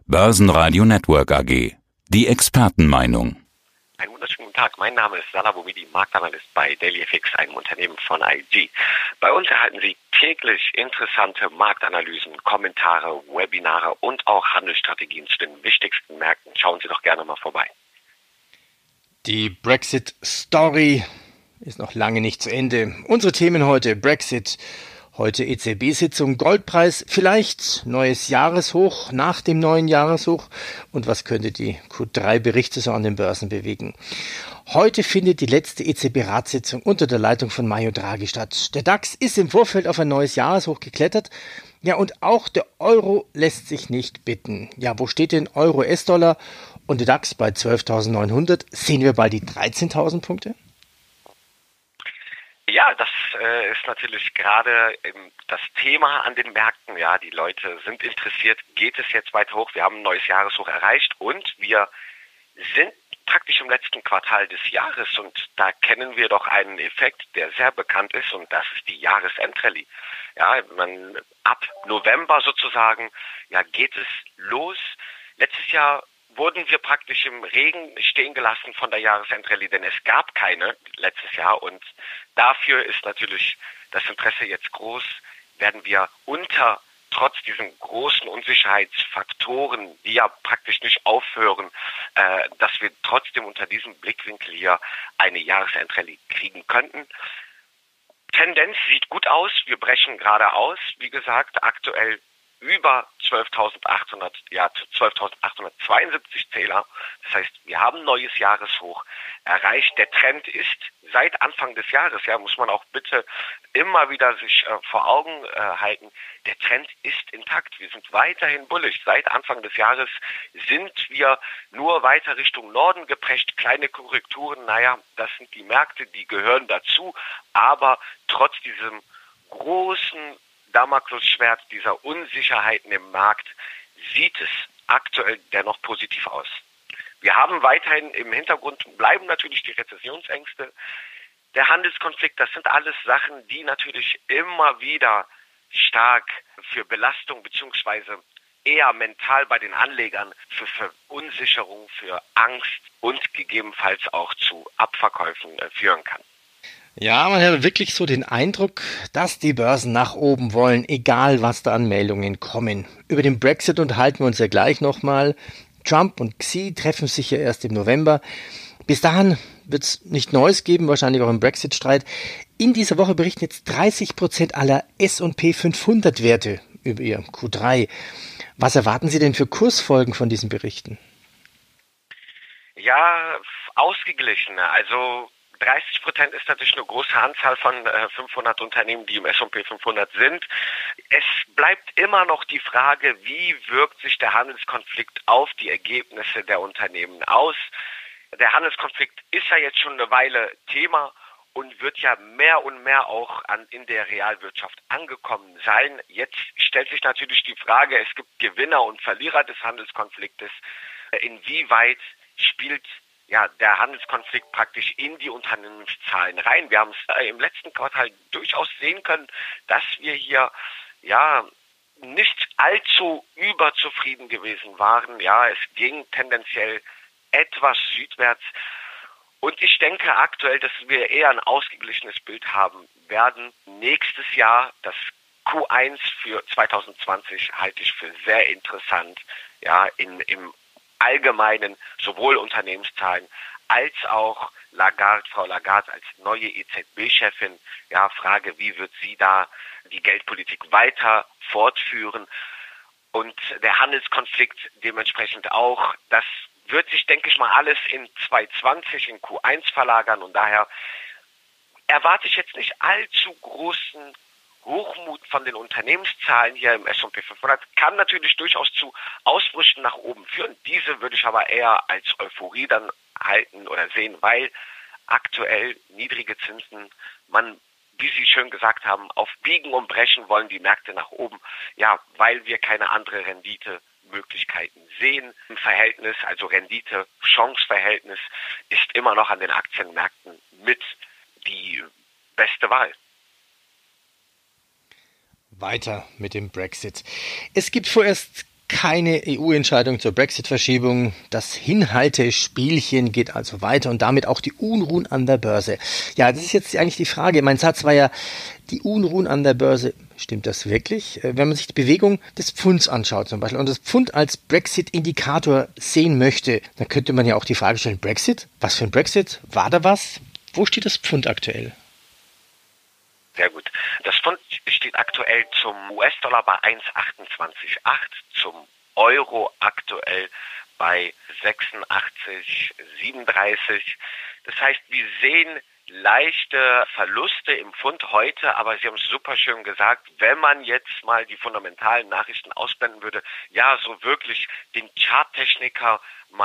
Börsenradio Network AG. Die Expertenmeinung. Einen wunderschönen guten Tag. Mein Name ist Salah Boumidi, Marktanalyst bei DailyFX, einem Unternehmen von IG. Bei uns erhalten Sie täglich interessante Marktanalysen, Kommentare, Webinare und auch Handelsstrategien zu den wichtigsten Märkten. Schauen Sie doch gerne mal vorbei. Die Brexit-Story ist noch lange nicht zu Ende. Unsere Themen heute: Brexit, heute EZB-Sitzung, Goldpreis, vielleicht neues Jahreshoch nach dem neuen Jahreshoch und was könnte die Q3-Berichte so an den Börsen bewegen. Heute findet die letzte EZB-Ratssitzung unter der Leitung von Mario Draghi statt. Der DAX ist im Vorfeld auf ein neues Jahreshoch geklettert. Ja, und auch der Euro lässt sich nicht bitten. Ja, wo steht denn Euro, US-Dollar und der DAX bei 12.900? Sehen wir bald die 13.000 Punkte? Ja, das ist natürlich gerade das Thema an den Märkten. Ja, die Leute sind interessiert. Geht es jetzt weiter hoch? Wir haben ein neues Jahreshoch erreicht und wir sind praktisch im letzten Quartal des Jahres und da kennen wir doch einen Effekt, der sehr bekannt ist, und das ist die Jahresendrallye. Ja, ab November sozusagen, ja, geht es los. Letztes Jahr wurden wir praktisch im Regen stehen gelassen von der Jahresendrallye, denn es gab keine letztes Jahr, und dafür ist natürlich das Interesse jetzt groß. Werden wir trotz diesen großen Unsicherheitsfaktoren, die ja praktisch nicht aufhören, dass wir trotzdem unter diesem Blickwinkel hier eine Jahresendrallye kriegen könnten. Tendenz sieht gut aus, wir brechen gerade aus, wie gesagt, aktuell über 12.800, ja 12.872 Zähler. Das heißt, wir haben ein neues Jahreshoch erreicht. Der Trend ist seit Anfang des Jahres, ja, muss man auch bitte immer wieder sich vor Augen halten, der Trend ist intakt. Wir sind weiterhin bullish. Seit Anfang des Jahres sind wir nur weiter Richtung Norden geprescht. Kleine Korrekturen, naja, das sind die Märkte, die gehören dazu. Aber trotz diesem großen Damoklesschwert dieser Unsicherheiten im Markt sieht es aktuell dennoch positiv aus. Wir haben weiterhin im Hintergrund, bleiben natürlich die Rezessionsängste, der Handelskonflikt, das sind alles Sachen, die natürlich immer wieder stark für Belastung beziehungsweise eher mental bei den Anlegern für Verunsicherung, für Angst und gegebenenfalls auch zu Abverkäufen führen kann. Ja, man hat wirklich so den Eindruck, dass die Börsen nach oben wollen, egal was da an Meldungen kommen. Über den Brexit unterhalten wir uns ja gleich nochmal. Trump und Xi treffen sich ja erst im November. Bis dahin wird es nicht Neues geben, wahrscheinlich auch im Brexit-Streit. In dieser Woche berichten jetzt 30% aller S&P 500 Werte über ihr Q3. Was erwarten Sie denn für Kursfolgen von diesen Berichten? Ja, ausgeglichen. Also 30% ist natürlich eine große Anzahl von 500 Unternehmen, die im S&P 500 sind. Es bleibt immer noch die Frage, wie wirkt sich der Handelskonflikt auf die Ergebnisse der Unternehmen aus? Der Handelskonflikt ist ja jetzt schon eine Weile Thema und wird ja mehr und mehr auch in der Realwirtschaft angekommen sein. Jetzt stellt sich natürlich die Frage, es gibt Gewinner und Verlierer des Handelskonfliktes. Inwieweit spielt der Handelskonflikt praktisch in die Unternehmenszahlen rein? Wir haben es im letzten Quartal durchaus sehen können, dass wir hier nicht allzu überzufrieden gewesen waren. Ja, es ging tendenziell etwas südwärts. Und ich denke aktuell, dass wir eher ein ausgeglichenes Bild haben werden. Nächstes Jahr, das Q1 für 2020, halte ich für sehr interessant. Ja, im Allgemeinen sowohl Unternehmenszahlen als auch Frau Lagarde als neue EZB-Chefin. Ja, Frage, wie wird sie da die Geldpolitik weiter fortführen? Und der Handelskonflikt dementsprechend auch. Das wird sich, denke ich mal, alles in 2020 in Q1 verlagern, und daher erwarte ich jetzt nicht allzu großen Hochmut von den Unternehmenszahlen hier im S&P 500. Kann natürlich durchaus zu Ausbrüchen nach oben führen. Diese würde ich aber eher als Euphorie dann halten oder sehen, weil aktuell niedrige Zinsen, wie Sie schön gesagt haben, auf Biegen und Brechen wollen die Märkte nach oben, ja, weil wir keine andere Rendite-Möglichkeiten sehen. Im Verhältnis, also Rendite-Chance-Verhältnis, ist immer noch an den Aktienmärkten mit die beste Wahl. Weiter mit dem Brexit. Es gibt vorerst keine EU-Entscheidung zur Brexit-Verschiebung. Das Hinhaltespielchen geht also weiter und damit auch die Unruhen an der Börse. Ja, das ist jetzt eigentlich die Frage. Mein Satz war ja, die Unruhen an der Börse, stimmt das wirklich? Wenn man sich die Bewegung des Pfunds anschaut zum Beispiel und das Pfund als Brexit-Indikator sehen möchte, dann könnte man ja auch die Frage stellen, Brexit? Was für ein Brexit? War da was? Wo steht das Pfund aktuell? Sehr gut. Das Pfund steht aktuell zum US-Dollar bei 1,28,8, zum Euro aktuell bei 86,37. Das heißt, wir sehen leichte Verluste im Pfund heute, aber Sie haben es super schön gesagt, wenn man jetzt mal die fundamentalen Nachrichten ausblenden würde, ja, so wirklich den Charttechniker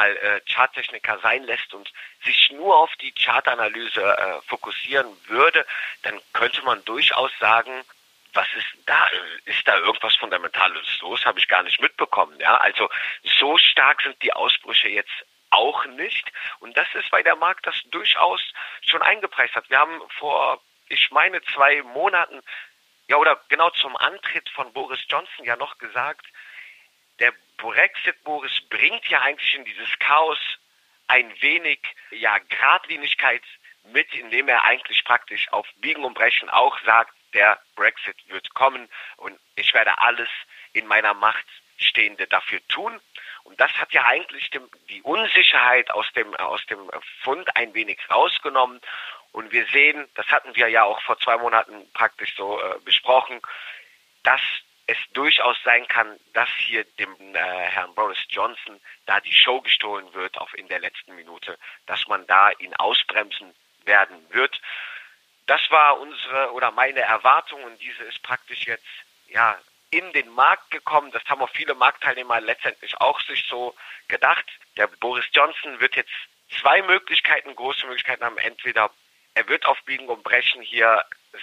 sein lässt und sich nur auf die Chartanalyse fokussieren würde, dann könnte man durchaus sagen, was ist da? Ist da irgendwas Fundamentales los? Habe ich gar nicht mitbekommen. Ja, also so stark sind die Ausbrüche jetzt auch nicht. Und das ist, weil der Markt das durchaus schon eingepreist hat. Wir haben vor, ich meine, 2 Monaten, ja, oder genau zum Antritt von Boris Johnson ja noch gesagt, der Brexit, Boris, bringt ja eigentlich in dieses Chaos ein wenig, ja, Geradlinigkeit mit, indem er eigentlich praktisch auf Biegen und Brechen auch sagt, der Brexit wird kommen und ich werde alles in meiner Macht Stehende dafür tun. Und das hat ja eigentlich die Unsicherheit aus dem Pfund ein wenig rausgenommen. Und wir sehen, das hatten wir ja auch vor 2 Monaten praktisch so besprochen, dass es durchaus sein kann, dass hier dem Herrn Boris Johnson da die Show gestohlen wird in der letzten Minute, dass man da ihn ausbremsen werden wird. Das war meine Erwartung und diese ist praktisch jetzt ja in den Markt gekommen. Das haben auch viele Marktteilnehmer letztendlich auch sich so gedacht. Der Boris Johnson wird jetzt 2 große Möglichkeiten haben. Entweder er wird auf Biegen und Brechen hier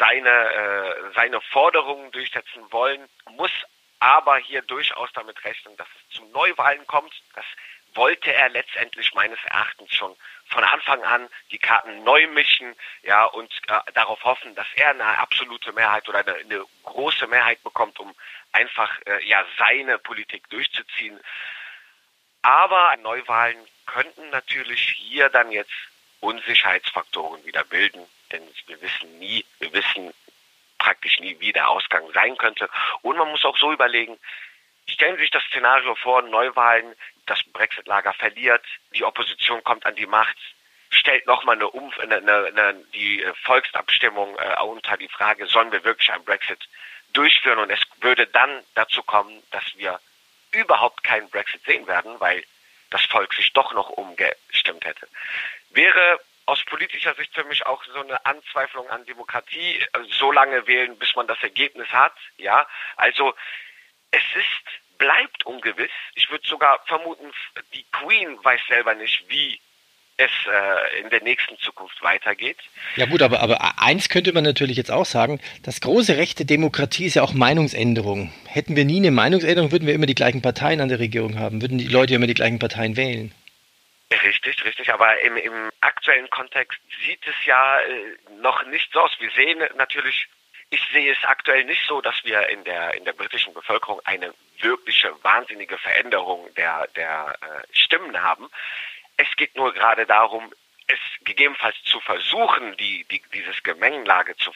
seine Forderungen durchsetzen wollen, muss aber hier durchaus damit rechnen, dass es zu Neuwahlen kommt. Das wollte er letztendlich meines Erachtens schon von Anfang an die Karten neu mischen, ja, und darauf hoffen, dass er eine absolute Mehrheit oder eine große Mehrheit bekommt, um einfach seine Politik durchzuziehen. Aber Neuwahlen könnten natürlich hier dann jetzt Unsicherheitsfaktoren wieder bilden, denn wir wissen praktisch nie, wie der Ausgang sein könnte. Und man muss auch so überlegen, stellen Sie sich das Szenario vor, Neuwahlen, das Brexit-Lager verliert, die Opposition kommt an die Macht, stellt nochmal die Volksabstimmung unter die Frage, sollen wir wirklich einen Brexit durchführen? Und es würde dann dazu kommen, dass wir überhaupt keinen Brexit sehen werden, weil das Volk sich doch noch umgestimmt hätte. Wäre aus politischer Sicht für mich auch so eine Anzweiflung an Demokratie, so lange wählen, bis man das Ergebnis hat. Ja, also bleibt ungewiss. Ich würde sogar vermuten, die Queen weiß selber nicht, wie es in der nächsten Zukunft weitergeht. Ja gut, aber eins könnte man natürlich jetzt auch sagen, das große Recht der Demokratie ist ja auch Meinungsänderung. Hätten wir nie eine Meinungsänderung, würden wir immer die gleichen Parteien an der Regierung haben, würden die Leute immer die gleichen Parteien wählen. Richtig, aber im aktuellen Kontext sieht es ja noch nicht so aus. Wir sehen natürlich, ich sehe es aktuell nicht so, dass wir in der britischen Bevölkerung eine wirkliche wahnsinnige Veränderung der Stimmen haben. Es geht nur gerade darum, es gegebenenfalls zu versuchen, diese Gemengelage zu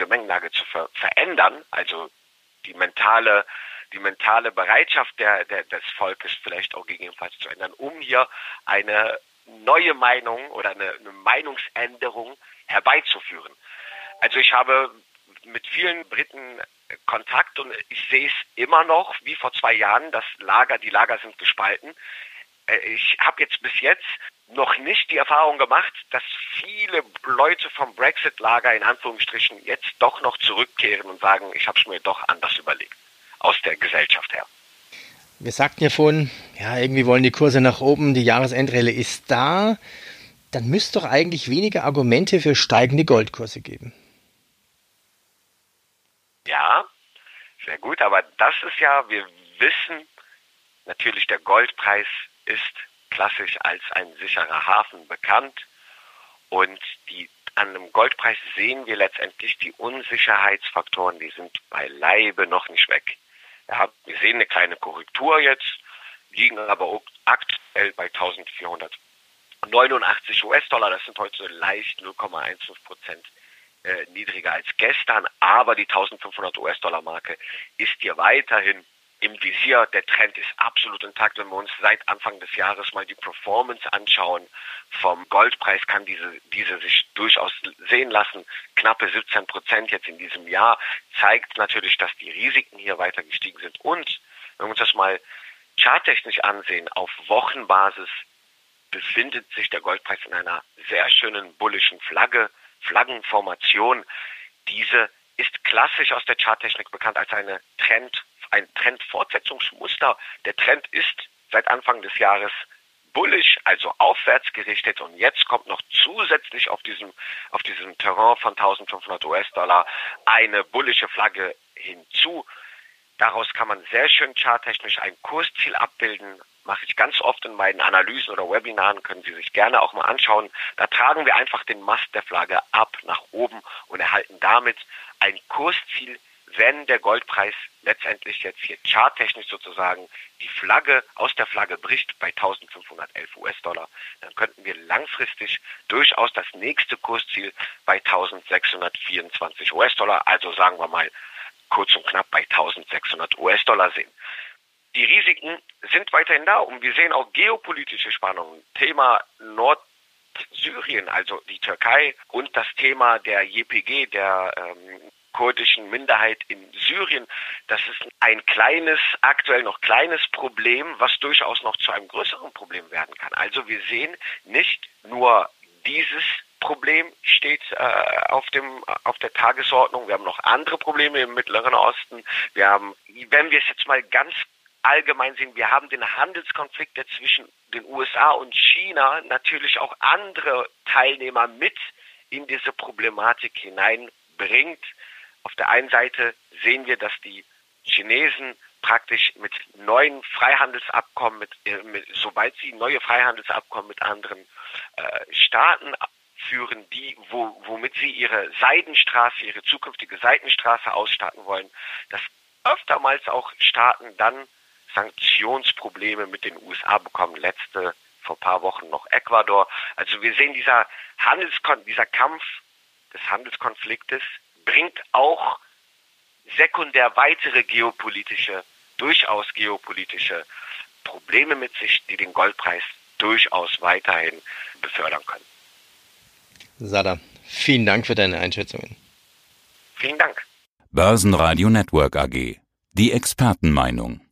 verändern, also die mentale Bereitschaft des Volkes vielleicht auch gegebenenfalls zu ändern, um hier eine neue Meinung oder eine Meinungsänderung herbeizuführen. Also ich habe mit vielen Briten Kontakt und ich sehe es immer noch wie vor 2 Jahren, die Lager sind gespalten. Ich habe bis jetzt noch nicht die Erfahrung gemacht, dass viele Leute vom Brexit-Lager in Anführungsstrichen jetzt doch noch zurückkehren und sagen, ich habe es mir doch anders überlegt, aus der Gesellschaft her. Wir sagten ja vorhin, irgendwie wollen die Kurse nach oben, die Jahresendrallye ist da. Dann müsste doch eigentlich weniger Argumente für steigende Goldkurse geben. Ja, sehr gut, aber das ist ja, wir wissen natürlich, der Goldpreis ist klassisch als ein sicherer Hafen bekannt und an einem Goldpreis sehen wir letztendlich die Unsicherheitsfaktoren, die sind beileibe noch nicht weg. Ja, wir sehen eine kleine Korrektur jetzt, liegen aber aktuell bei 1489 US-Dollar. Das sind heute leicht 0,15% niedriger als gestern, aber die 1500 US-Dollar-Marke ist hier weiterhin im Visier. Der Trend ist absolut intakt. Wenn wir uns seit Anfang des Jahres mal die Performance anschauen vom Goldpreis, kann diese sich durchaus sehen lassen. Knappe 17% jetzt in diesem Jahr zeigt natürlich, dass die Risiken hier weiter gestiegen sind. Und wenn wir uns das mal charttechnisch ansehen, auf Wochenbasis befindet sich der Goldpreis in einer sehr schönen bullischen Flaggenformation. Diese ist klassisch aus der Charttechnik bekannt als ein Trendfortsetzungsmuster. Der Trend ist seit Anfang des Jahres bullish, also aufwärts gerichtet, und jetzt kommt noch zusätzlich auf diesem Terrain von 1500 US-Dollar eine bullische Flagge hinzu. Daraus kann man sehr schön charttechnisch ein Kursziel abbilden. Mache ich ganz oft in meinen Analysen oder Webinaren, können Sie sich gerne auch mal anschauen. Da tragen wir einfach den Mast der Flagge ab nach oben und erhalten damit ein Kursziel, wenn der Goldpreis letztendlich jetzt hier charttechnisch sozusagen die Flagge aus der Flagge bricht bei 1511 US-Dollar, dann könnten wir langfristig durchaus das nächste Kursziel bei 1624 US-Dollar, also sagen wir mal kurz und knapp bei 1600 US-Dollar sehen. Die Risiken sind weiterhin da und wir sehen auch geopolitische Spannungen. Thema Nordsyrien, also die Türkei, und das Thema der YPG, der kurdischen Minderheit in Syrien. Das ist ein aktuell noch kleines Problem, was durchaus noch zu einem größeren Problem werden kann. Also wir sehen, nicht nur dieses Problem steht auf der Tagesordnung. Wir haben noch andere Probleme im Mittleren Osten. Wir haben, wenn wir es jetzt mal ganz allgemein sehen, wir haben den Handelskonflikt, der zwischen den USA und China natürlich auch andere Teilnehmer mit in diese Problematik hineinbringt. Auf der einen Seite sehen wir, dass die Chinesen praktisch mit neuen Freihandelsabkommen, sobald sie neue Freihandelsabkommen mit anderen Staaten führen, womit sie ihre zukünftige Seidenstraße ausstatten wollen, dass öftermals auch Staaten dann Sanktionsprobleme mit den USA bekommen. Vor ein paar Wochen noch Ecuador. Also wir sehen, dieser Kampf des Handelskonfliktes bringt auch sekundär weitere durchaus geopolitische Probleme mit sich, die den Goldpreis durchaus weiterhin befördern können. Sada, vielen Dank für deine Einschätzungen. Vielen Dank. Börsenradio Network AG. Die Expertenmeinung.